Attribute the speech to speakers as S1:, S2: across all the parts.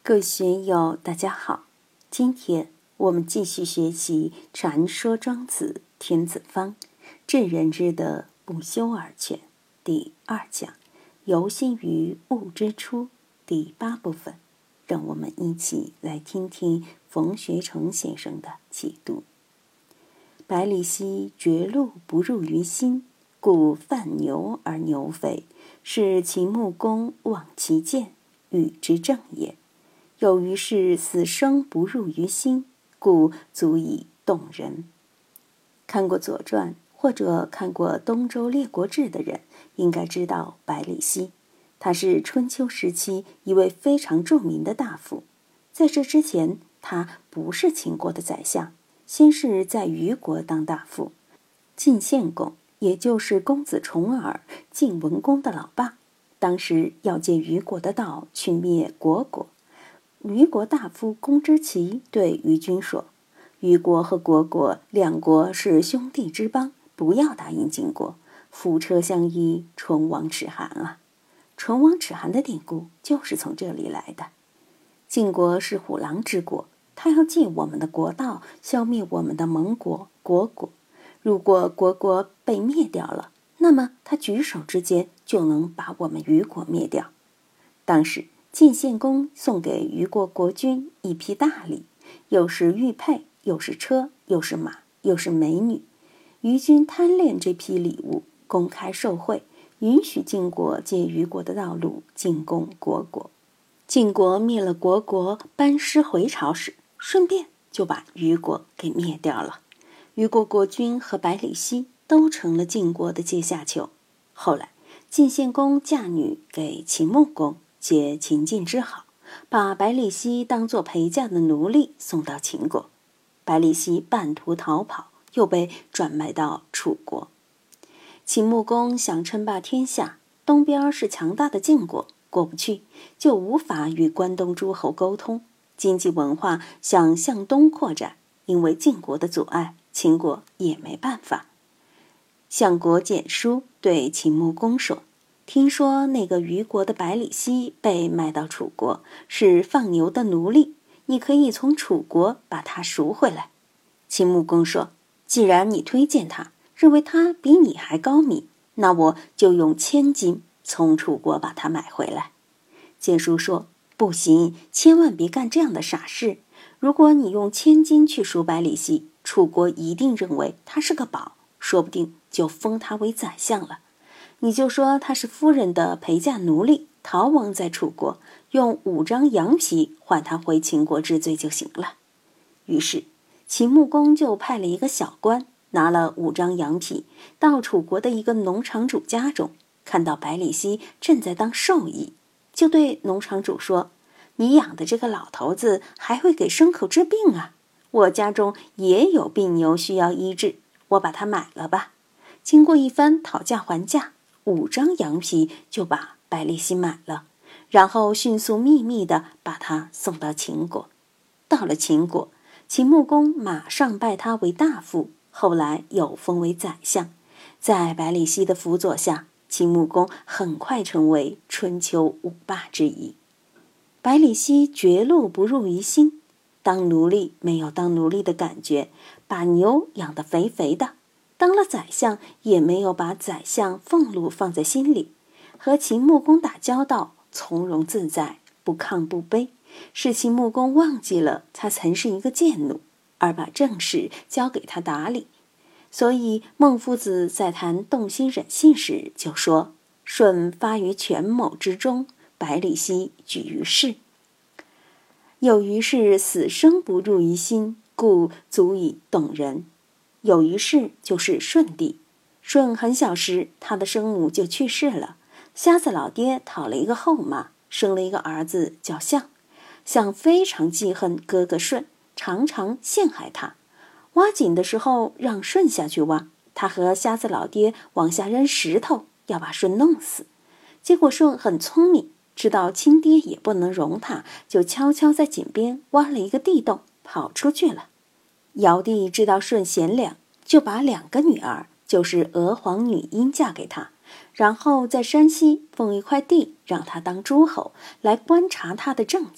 S1: 各位学友，大家好！今天我们继续学习《传说庄子天子方》，至人之德，不修而全第2讲，由心于物之初第8部分。让我们一起来听听冯学成先生的解读。百里奚绝路不入于心，故犯牛而牛肥，是秦穆公望其见，与之正也。有于是死生不入于心，故足以动人。看过《左传》或者看过《东周列国志》的人，应该知道百里奚，他是春秋时期一位非常著名的大夫。在这之前，他不是秦国的宰相，先是在虞国当大夫。晋献公，也就是公子重耳晋文公的老爸，当时要借虞国的道去灭虢国。虞国大夫公之奇对虞军说，虞国和虢国两国是兄弟之邦，不要答应晋国，夫车相依，唇亡齿寒啊。唇亡齿寒的典故就是从这里来的。晋国是虎狼之国，他要借我们的国道消灭我们的盟国虢国。如果虢国被灭掉了，那么他举手之间就能把我们虞国灭掉。当时晋献公送给虞国国君一批大礼，又是玉佩，又是车，又是马，又是美女。虞军贪恋这批礼物，公开受贿，允许晋国借虞国的道路进攻虢国。晋国灭了虢国，班师回朝时，顺便就把虞国给灭掉了。虞国国君和百里奚都成了晋国的阶下囚。后来晋献公嫁女给秦穆公，结秦晋之好，把百里奚当作陪嫁的奴隶送到秦国。百里奚半途逃跑，又被转卖到楚国。秦穆公想称霸天下，东边是强大的晋国，过不去，就无法与关东诸侯沟通。经济文化想向东扩展，因为晋国的阻碍，秦国也没办法。相国简书对秦穆公说，听说那个虞国的百里奚被卖到楚国，是放牛的奴隶，你可以从楚国把他赎回来。秦穆公说，既然你推荐他，认为他比你还高明，那我就用1000金从楚国把他买回来。简书说，不行，千万别干这样的傻事。如果你用1000金去赎百里奚，楚国一定认为他是个宝，说不定就封他为宰相了。你就说他是夫人的陪嫁奴隶，逃亡在楚国，用5张羊皮换他回秦国治罪就行了。于是秦穆公就派了一个小官，拿了5张羊皮，到楚国的一个农场主家中，看到百里奚正在当兽医，就对农场主说，你养的这个老头子还会给牲口治病啊，我家中也有病牛需要医治，我把它买了吧。经过一番讨价还价，5张羊皮就把百里奚买了，然后迅速秘密地把他送到秦国。到了秦国，秦穆公马上拜他为大夫，后来又封为宰相。在百里奚的辅佐下，秦穆公很快成为春秋5霸之一。百里奚绝路不入于心，当奴隶没有当奴隶的感觉，把牛养得肥肥的，当了宰相也没有把宰相俸禄放在心里，和秦穆公打交道从容自在，不亢不卑，使秦穆公忘记了他曾是一个贱奴，而把政事交给他打理。所以孟夫子在谈动心忍性时就说，舜发于权谋之中，百里奚举于世。有于是死生不入于心，故足以动人。有于是就是舜帝。舜很小时，他的生母就去世了，瞎子老爹讨了一个后妈，生了一个儿子叫象。象非常记恨哥哥舜，常常陷害他。挖井的时候让舜下去挖，他和瞎子老爹往下扔石头，要把舜弄死。结果舜很聪明，知道亲爹也不能容他，就悄悄在井边挖了一个地洞，跑出去了。尧帝知道舜贤良，就把2个女儿，就是娥皇女英嫁给他，然后在山西封一块地让他当诸侯，来观察他的政绩。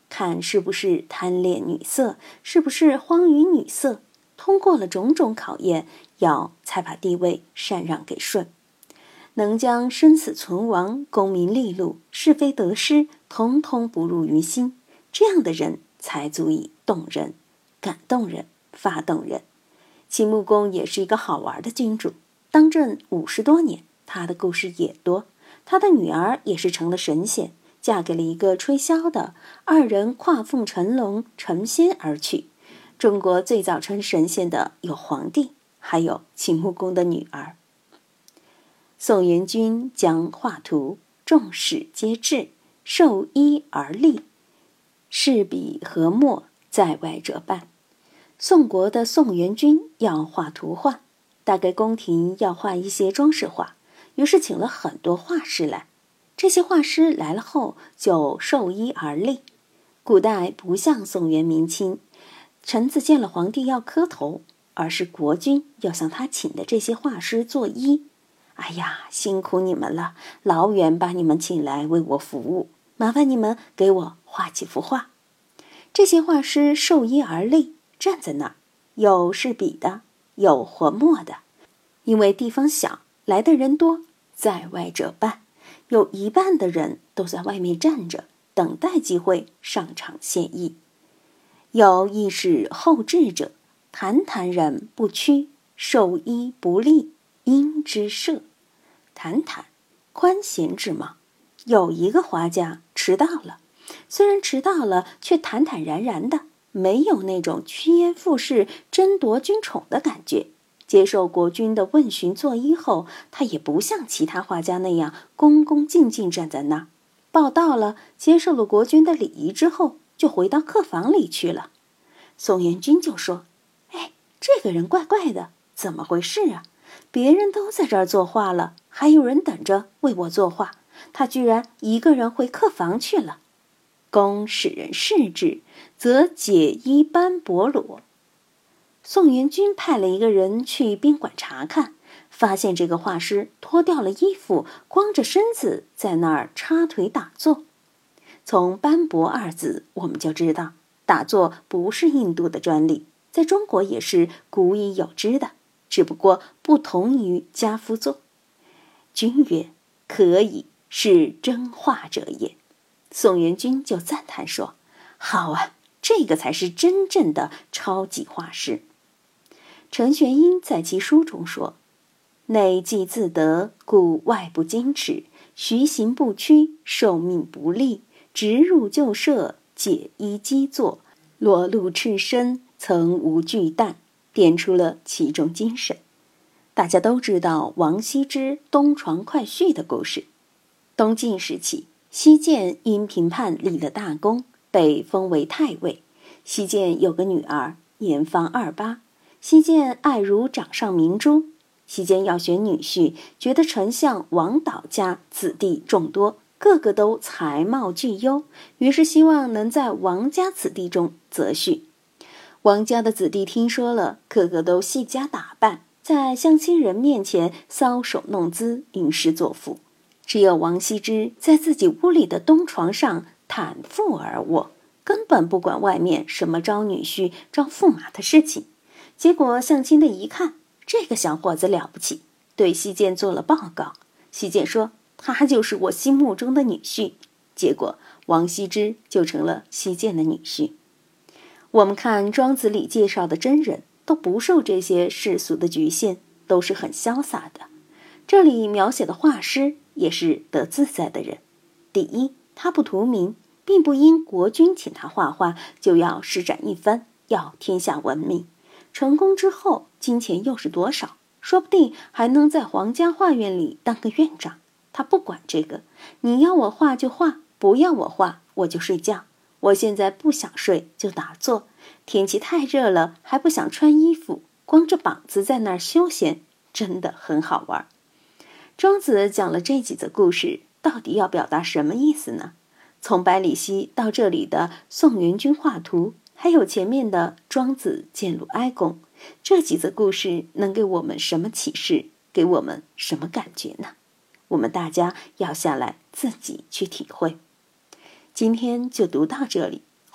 S1: 看是不是贪恋女色，是不是荒于女色，通过了种种考验，尧才把帝位禅让给舜。能将生死存亡、功名利禄、是非得失统统不入于心，这样的人才足以动人、感动人、发动人。秦穆公也是一个好玩的君主，当政50多年，他的故事也多。他的女儿也是成了神仙，嫁给了一个吹箫的，二人跨凤成龙，成仙而去。中国最早成神仙的有皇帝，还有秦穆公的女儿。宋元君将画图，众使皆至，授衣而立，士笔和墨，在外者办。宋国的宋元君要画图画，大概宫廷要画一些装饰画，于是请了很多画师来。这些画师来了后，就授衣而立。古代不像宋元明清，臣子见了皇帝要磕头，而是国君要向他请的这些画师做衣。哎呀，辛苦你们了，老远把你们请来为我服务，麻烦你们给我画几幅画。这些画师授衣而立，站在那儿，有试笔的，有和墨的。因为地方小，来的人多，在外者办，有一半的人都在外面站着，等待机会上场献艺。有亦是后至者，坦坦然不屈，授衣不立，因之赦。坦坦，宽闲之貌。有一个画家迟到了，虽然迟到了，却坦坦然然的，没有那种趋炎附势、争夺君宠的感觉。接受国君的问询作揖后，他也不像其他画家那样恭恭敬敬站在那儿。报到了，接受了国君的礼仪之后，就回到客房里去了。宋元君就说：“哎，这个人怪怪的，怎么回事啊？别人都在这儿作画了，还有人等着为我作画，他居然一个人回客房去了。”公使人视之，则解衣斑驳裸。宋元君派了一个人去宾馆查看，发现这个画师脱掉了衣服，光着身子在那儿插腿打坐。从斑驳二字我们就知道，打坐不是印度的专利，在中国也是古已有之的，只不过不同于家夫坐。君曰：“可以，是真画者也。”宋元君就赞叹说：“好啊，这个才是真正的超级画师。”陈玄英在其书中说：“内既自得，故外不矜持，徐行不屈，受命不立，直入旧舍，解衣机坐，裸露赤身，曾无惧惮。”点出了其中精神。大家都知道王羲之东床快婿的故事。东晋时期，西晋因评判立了大功，被封为太尉。西晋有个女儿，年方28。西晋爱如掌上明珠，西晋要选女婿，觉得丞相王导家子弟众多，个个都才貌俱优，于是希望能在王家子弟中择婿。王家的子弟听说了，个个都细加打扮，在相亲人面前搔首弄姿，吟诗作赋。只有王羲之在自己屋里的东床上袒腹而卧，根本不管外面什么招女婿、招驸马的事情。结果相亲的一看，这个小伙子了不起，对西晋做了报告。西晋说他就是我心目中的女婿，结果王羲之就成了西晋的女婿。我们看庄子里介绍的真人，都不受这些世俗的局限，都是很潇洒的。这里描写的画师也是得自在的人。第一，他不图名，并不因国君请他画画就要施展一番，要天下闻名。成功之后，金钱又是多少，说不定还能在皇家画院里当个院长。他不管这个，你要我画就画，不要我画我就睡觉。我现在不想睡就打坐，天气太热了还不想穿衣服，光着膀子在那儿休闲，真的很好玩。庄子讲了这几则故事，到底要表达什么意思呢？从百里奚到这里的宋元君画图，还有前面的庄子见鲁哀公，这几则故事能给我们什么启示，给我们什么感觉呢？我们大家要下来自己去体会。今天就读到这里，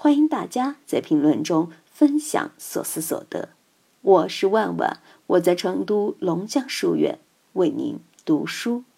S1: 欢迎大家在评论中分享所思所得。我是万万，我在成都龙江书院为您读书。